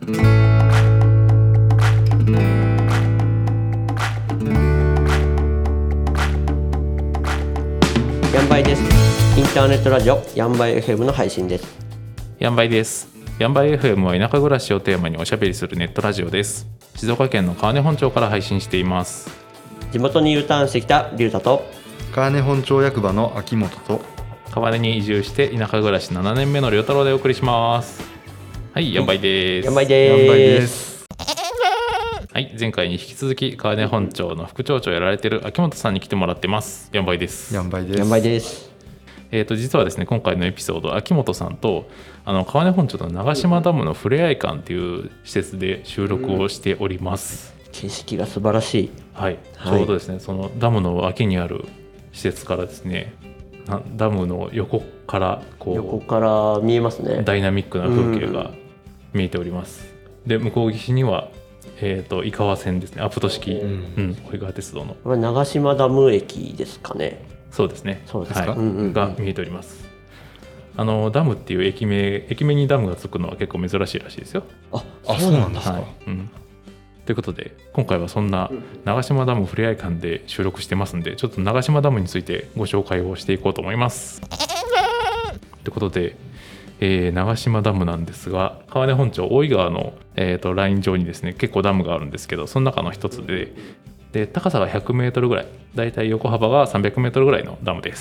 ヤンバイです。インターネットラジオヤンバイ FM の配信です。 ヤンバイです。ヤンバイ FM は田舎暮らしをテーマにおしゃべりするネットラジオです。静岡県の川根本町から配信しています。 地元に U ターンしてきたリュウタと川根本町役場の秋元と川根に移住して田舎暮らし7年目のりょうたろうでお送りします。はい、ヤンバイです。 ヤンバイです。 はい、前回に引き続き川根本町の副町長をやられている秋元さんに来てもらってます。ヤンバイです。 ヤンバイです。 ヤンバイです。 実はですね、今回のエピソード秋元さんと川根本町の長島ダムのふれあい館という施設で収録をしております、 景色が素晴らしい。 はい、ちょうどですね、そのダムの脇にある施設からですね、ダムの横から横から見えますね。 ダイナミックな風景が見えております、で向こう岸には井川線ですね、アプト式、大井川鉄道のこれ長島ダム駅ですかね。 そうですね。 そうですか、 はいが見えております。ダムっていう駅名にダムがつくのは結構珍しいらしいですよ。 あ、そうなんですか。 はい、ということで今回はそんな長島ダムふれあい館で収録してますんで、ちょっと長島ダムについてご紹介をしていこうと思います。ということで、長島ダムなんですが、川根本町大井川の、ライン上にですね結構ダムがあるんですけど、その中の一つで高さが100メートルぐらい、だいたい横幅が300メートルぐらいのダムです。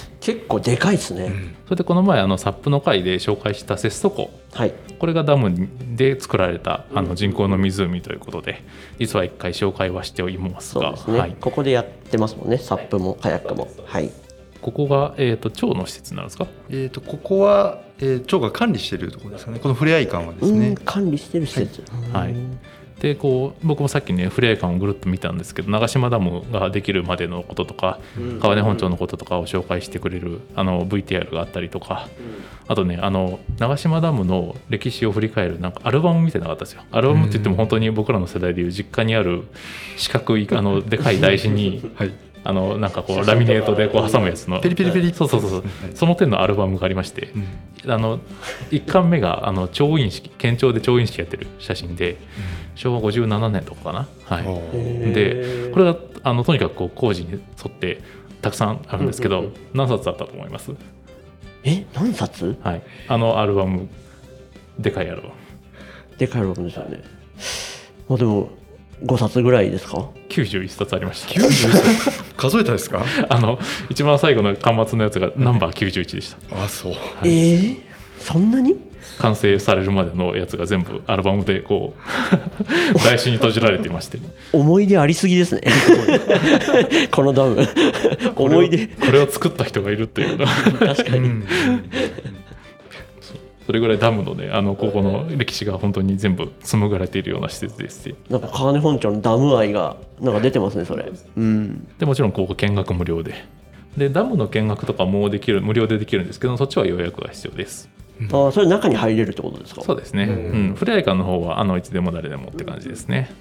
結構でかいですね、 それでこの前サップの回で紹介したセスト湖、 はい、 これがダムで作られた人工の湖ということで、実は1回紹介はしておりますが、 そうですね、はい、ここでやってますもんね、サップもカヤックも。はい、ここが、町の施設なんですか。 ここは、町が管理しているところですかね。このふれあい館はですね、 管理している施設、 はい、で僕もさっきねふれあい館をぐるっと見たんですけど、長島ダムができるまでのこととか、川根本町のこととかを紹介してくれるVTR があったりとか、あとね長島ダムの歴史を振り返るなんかアルバム見てなかったですよ。アルバムって言っても本当に僕らの世代でいう実家にある四角いでかい台紙にはい、なんかラミネートで挟むやつのペリペリペリ、 そうその手のアルバムがありまして、1巻目が調印式、県庁で調印式やってる写真で、昭和57年とかかな、はい、でこれがとにかく工事に沿ってたくさんあるんですけど、何冊あったと思います？ 何冊？ はい、アルバム、でかいアルバム、 でかいアルバムですよね。でも5冊ぐらいですか ？91冊ありました。 91冊数えたですか？ 一番最後の巻末のやつがナンバー91でした。 あ、そう、 はい、そんなに完成されるまでのやつが全部アルバムで台紙に閉じられていまして思い出ありすぎですねこのダム思い出、 これを作った人がいるっていうのが確かに、 それぐらいダムのねここの歴史が本当に全部紡がれているような施設ですし、 なんか川根本町のダム愛がなんか出てますね、それ。 でもちろんここ見学無料でダムの見学とかも無料でできるんですけど、そっちは予約が必要です。 それ中に入れるってことですか？ そうですね、ふれあい館の方はいつでも誰でもって感じですね。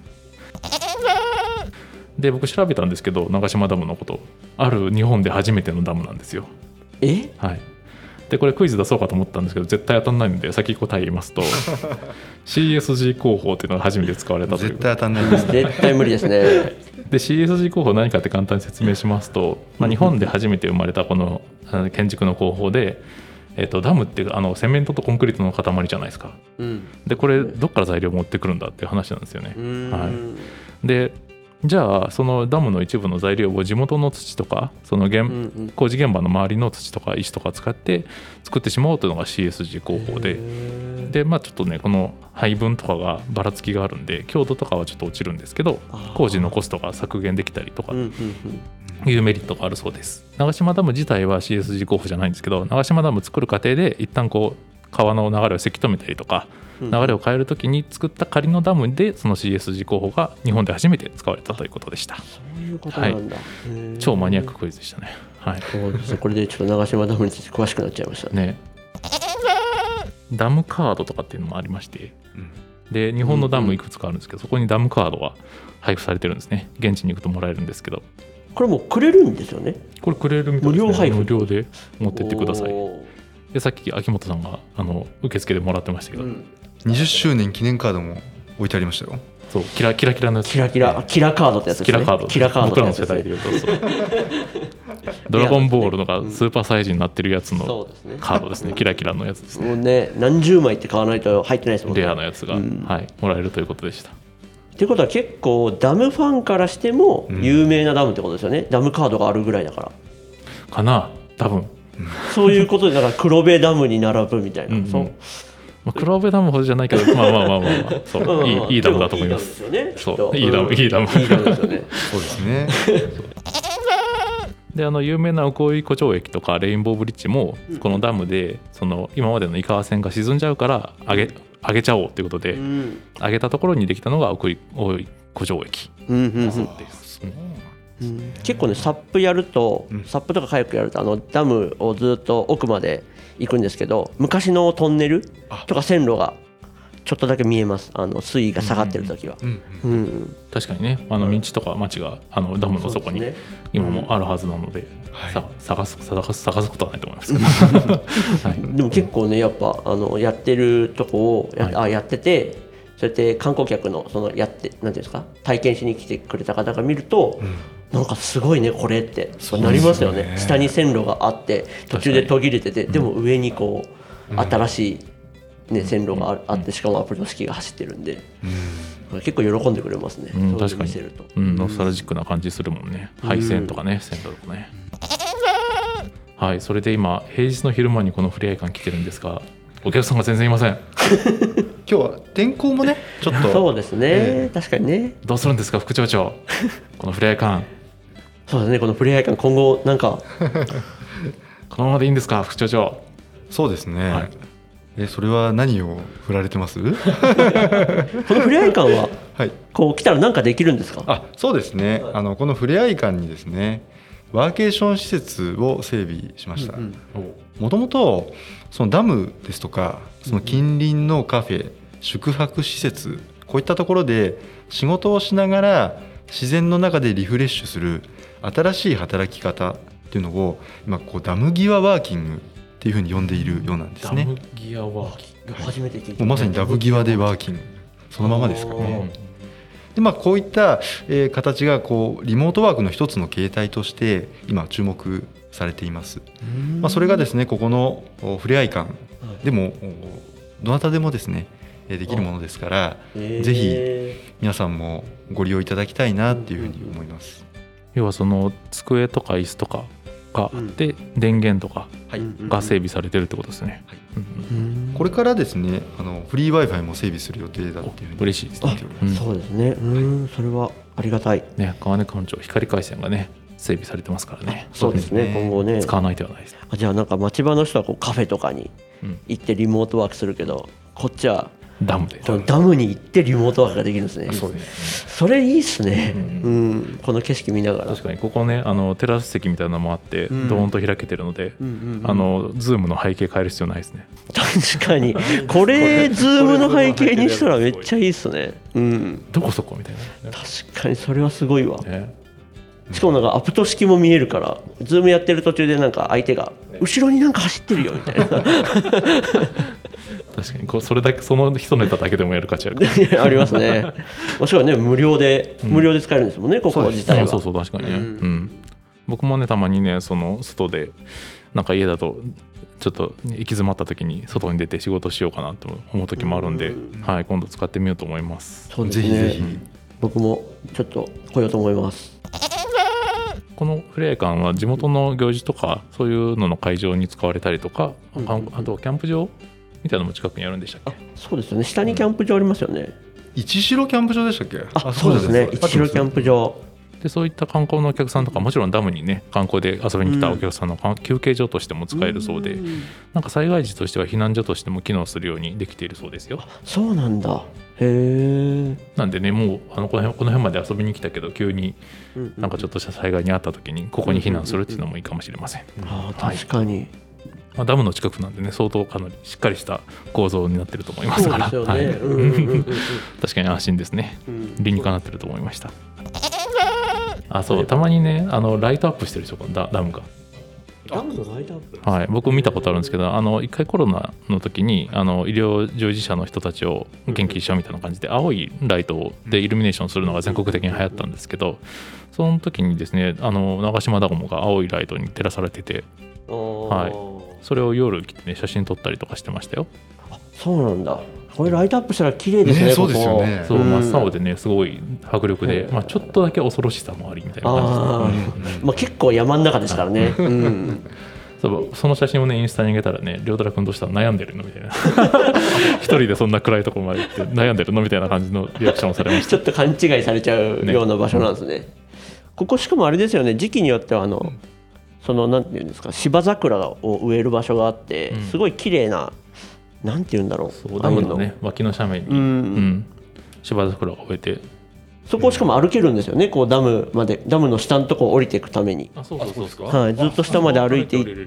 で僕調べたんですけど、長島ダムのこと、ある日本で初めてのダムなんですよ。はい、でこれクイズ出そうかと思ったんですけど絶対当たんないので先答え言いますとCSG 工法っていうのが初めて使われたという。 絶対当たんないですね。 絶対無理ですね。 で CSG 工法何かって簡単に説明しますと、日本で初めて生まれたこの建築の工法で、ダムってセメントとコンクリートの塊じゃないですか、でこれどっから材料持ってくるんだっていう話なんですよね。でじゃあそのダムの一部の材料を地元の土とかその工事現場の周りの土とか石とか使って作ってしまおうというのが CSG 工法で、ちょっとねこの配分とかがばらつきがあるんで強度とかはちょっと落ちるんですけど、工事のコストが削減できたりとかいうメリットがあるそうです。長島ダム自体は CSG 工法じゃないんですけど、長島ダム作る過程で一旦川の流れをせき止めたりとか流れを変えるときに作った仮のダムでその CSG 工法が日本で初めて使われたということでした。 そういうことなんだ、 超マニアッククイズでしたね。 そうですね、これでちょっと長島ダムについて詳しくなっちゃいましたね。 ダムカードとかっていうのもありまして、で日本のダムいくつかあるんですけど、そこにダムカードが配布されてるんですね。現地に行くともらえるんですけど、 これもうくれるんですよね。 これくれるみたいですね。 無料配布、 無料で持ってってください。でさっき秋元さんが受付でもらってましたけど、 20周年記念カードも置いてありましたよ。 そうキラキラのやつ、 キラカードってやつですね。 キラカード、 キラカードって僕らのやつですね。 世代でいうとそうドラゴンボールのがスーパーサイズになってるやつそうのですね。 カードですね。キラキラのやつですね。 もうね、何十枚って買わないと入ってないですもんね。 レアなやつが、はい、もらえるということでした。 っていうことは結構ダムファンからしても有名なダムってことですよね。ダムカードがあるぐらいだから。 かな多分。 そういうことで、だから黒部ダムに並ぶみたいな。そう。 まあ、黒部ダムほどじゃないけど、まあそういいダムだと思います。そういいダムですよね。 そうですね。 で有名な奥大井湖上駅とかレインボーブリッジもこのダムで今までの井川線が沈んじゃうから上げちゃおうということで、上げたところにできたのが奥大井湖上駅だそうです。 結構ね、サップやると、サップとかカヤックやるとダムをずっと奥まで行くんですけど、昔のトンネルとか線路がちょっとだけ見えます。水位が下がってる時は。 確かにね、道とか町がダムの底に今もあるはずなので、探すことはないと思いますけど、はい、 でも結構ね、やっぱやってるとこをやってて、そうやって観光客のなんていうんですか、体験しに来てくれた方が見ると、なんかすごいねこれってなりますよね。下に線路があって途中で途切れてて、でも上にこう新しい、ね、線路があって、しかもアプリの式が走ってるんで、結構喜んでくれますね。 確かにノスタルジックな感じするもんね。廃線とかね、線路とかね。はい、それで今平日の昼間にこのふれあい館来てるんですが、お客さんが全然いません。 今日は天候もねちょっとそうですね、確かにね。 どうするんですか副長長、このふれあい館。 そうですね、このふれあい館今後なんかこのままでいいんですか副長長。 そうですね、はい、それは何を振られてますこのふれあい館は、はい、こう来たら何かできるんですか？ そうですね、このふれあい館にですねワーケーション施設を整備しました。もともとそのダムですとかその近隣のカフェ、宿泊施設、こういったところで仕事をしながら自然の中でリフレッシュする新しい働き方っていうのを今こうダム際ワーキングっていうふうに呼んでいるようなんですね。 ダム際ワーキング、 初めて聞いた。 もうまさにダム際でワーキングそのままですかね。でこういった、形がこうリモートワークの一つの形態として今注目されています。それがですねここのふれあい館でもどなたでもですねできるものですから、ぜひ皆さんもご利用いただきたいなっていうふうに思います。 要はその机とか椅子とかがあって、電源とかが整備されてるってことですね。 これからですねフリー Wi-Fi も整備する予定だっていうふうに嬉しいですね。 そうですね、それはありがたいね。川根館長光回線がね整備されてますからね。 そうですね、今後ね使わない手はないです。 じゃあなんか町場の人はこうカフェとかに行ってリモートワークするけど、こっちはダムでダムに行ってリモートワークができるんですね。 そうですね。 それいいっすね。この景色見ながら。 確かにここねテラス席みたいなのもあってドーンと開けてるので、ズームの背景変える必要ないですね。 確かにこれズームの背景にしたらめっちゃいいっすね。 どこそこみたいな。 確かにそれはすごいわ。しかもなんかアプト式も見えるから、ズームやってる途中でなんか相手が後ろになんか走ってるよみたいな。 確かにそれだけその一ネタだけでもやる価値あるありますね。もしくはね無料で使えるんですもんね、ここ自体は。 そう確かにね。僕もねたまにねその外でなんか家だとちょっと行き詰まった時に外に出て仕事しようかなと思う時もあるんで、はい、今度使ってみようと思います。 そうですね、ぜひぜひ僕もちょっと来ようと思います。 このふれあい館は地元の行事とかそういうのの会場に使われたりとか、あとキャンプ場みたいなのも近くにあるんでしたっけ？ そうですよね、下にキャンプ場ありますよね。 一城キャンプ場でしたっけ？ そうですね、一城キャンプ場で、そういった観光のお客さんとか、もちろんダムにね観光で遊びに来たお客さんの休憩所としても使えるそうで、なんか災害時としては避難所としても機能するようにできているそうですよ。 そうなんだ。へえ。なんでね、もうこの辺まで遊びに来たけど急になんかちょっとした災害にあった時にここに避難するっていうのもいいかもしれません。 確かに、 ダムの近くなんでね、相当かなりしっかりした構造になってると思いますから、確かに安心ですね。理にかなってると思いました。そう、たまにねライトアップしてるでしょ、このダムが。 ダムのライトアップ、 はい、僕見たことあるんですけど、一回コロナの時に医療従事者の人たちを元気にしようみたいな感じで青いライトでイルミネーションするのが全国的に流行ったんですけど、その時にですね長島ダムが青いライトに照らされてて、はい、それを夜来てね写真撮ったりとかしてましたよ。 あ、そうなんだ。これライトアップしたら綺麗ですね。 そうですよね。 そう、真っ青でねすごい迫力で、ちょっとだけ恐ろしさもありみたいな感じです、 結構山の中ですからね。 その写真をねインスタに上げたらね、りょうたら君どうしたら悩んでるのみたいな一人でそんな暗いところまで行って悩んでるのみたいな感じのリアクションをされました。 ちょっと勘違いされちゃうような場所なんですね。ここしかもあれですよね、時期によってはそのなんていうんですか、芝桜を植える場所があって、すごい綺麗な、なんていうんだろう、 ダムのね脇の斜面に、芝桜が植えて、 そこをしかも歩けるんですよね、こうダムの下のところを降りていくために。 そうですか。 はい、ずっと下まで歩いていって、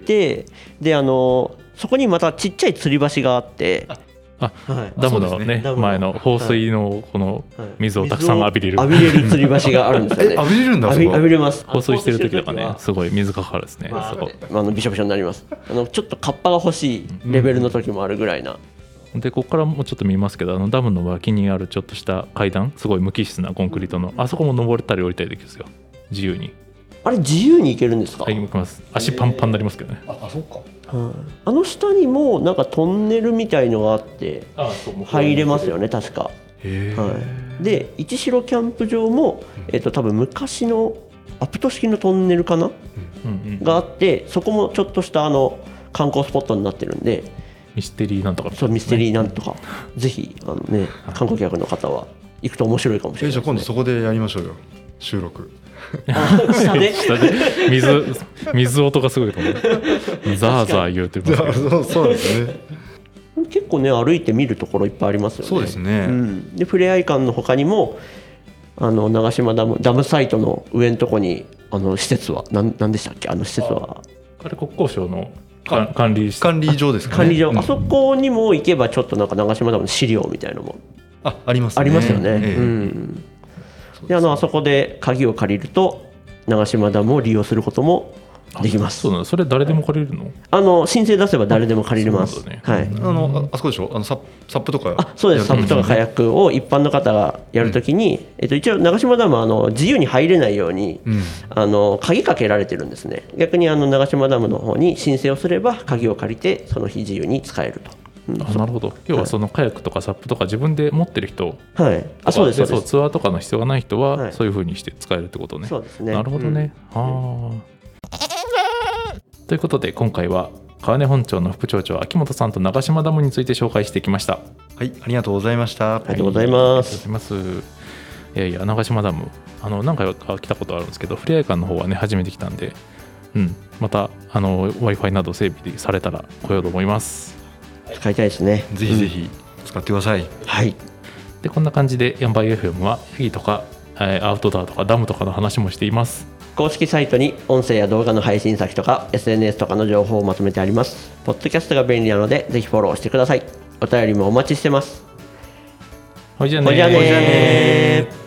でそこにまたちっちゃい吊り橋があって、 ダムのね前の放水のこの水をたくさん浴びれる吊り橋があるんですよね。 浴びれるんだ。 浴びれます。 放水してる時とかねすごい水かかるですね。 びしょびしょになります。ちょっとカッパが欲しいレベルの時もあるぐらいな。 でここからもうちょっと見ますけど、ダムの脇にあるちょっとした階段、すごい無機質なコンクリートの、あそこも登れたり降りたりできるんですよ、自由に。 あれ自由に行けるんですか？ はい、行きます。足パンパンになりますけどね。 そうか。 下にもなんかトンネルみたいのがあって入れますよね、確か。で一城キャンプ場も、多分昔のアプト式のトンネルかな、があって、そこもちょっとした観光スポットになってるんで、 ミステリーなんとか、 そうミステリーなんとか、ぜひ観光客の方は行くと面白いかもしれないですね。 じゃあ今度そこでやりましょうよ、収録。 下で水音がすごいと思う。ザーザー言うてますけど。 そうですね。 結構ね歩いて見るところいっぱいありますよね。 そうですね。 でふれあい館の他にも長島ダムサイトの上のとこに施設は何でしたっけ？施設はあれ国交省の管理場ですかね。 管理場、あそこにも行けばちょっとなんか長島ダムの資料みたいなのもありますね。 ありますよね。であそこで鍵を借りると長島ダムを利用することもできます。 そうだ、それ誰でも借りるの？ 申請出せば誰でも借りれます。はい。 あそこでしょ？サップとか。 そうです。サップとかカヤックを一般の方がやるときに、一応長島ダムは自由に入れないように、鍵かけられてるんですね。逆に長島ダムの方に申請をすれば鍵を借りてその日自由に使えると。 なるほど。要はそのカヤックとかサップとか自分で持ってる人、 そうです。 ツアーとかの必要がない人はそういう風にして使えるってことね。 そうですね。 なるほどね。ということで今回は川根本町の副町長秋元さんと長島ダムについて紹介してきました。 はい、ありがとうございました。 ありがとうございます。 いや長島ダム何回か来たことあるんですけど、ふれあい館の方はね初めて来たんで、またWi-Fi など整備されたら来ようと思います。 使いたいですね。 ぜひぜひ使ってください。 はい。 でこんな感じでヤンバイ FM はフィーとかアウトドアとかダムとかの話もしています。 公式サイトに音声や動画の配信先とか SNS とかの情報をまとめてあります。ポッドキャストが便利なのでぜひフォローしてください。お便りもお待ちしてます。 ほいじゃあねー。